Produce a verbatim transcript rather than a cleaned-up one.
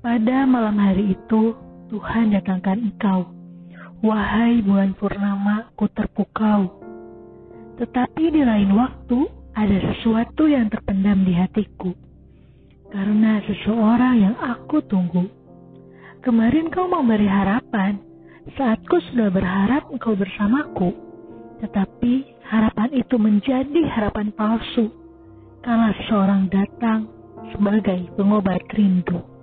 Pada malam hari itu, Tuhan datangkan engkau. Wahai bulan purnama, ku terpukau. Tetapi di lain waktu, ada sesuatu yang terpendam di hatiku. Karena seseorang yang aku tunggu. Kemarin kau memberi harapan, saat ku sudah berharap engkau bersamaku. Tetapi harapan itu menjadi harapan palsu, kala seseorang datang sebagai pengobat rindu.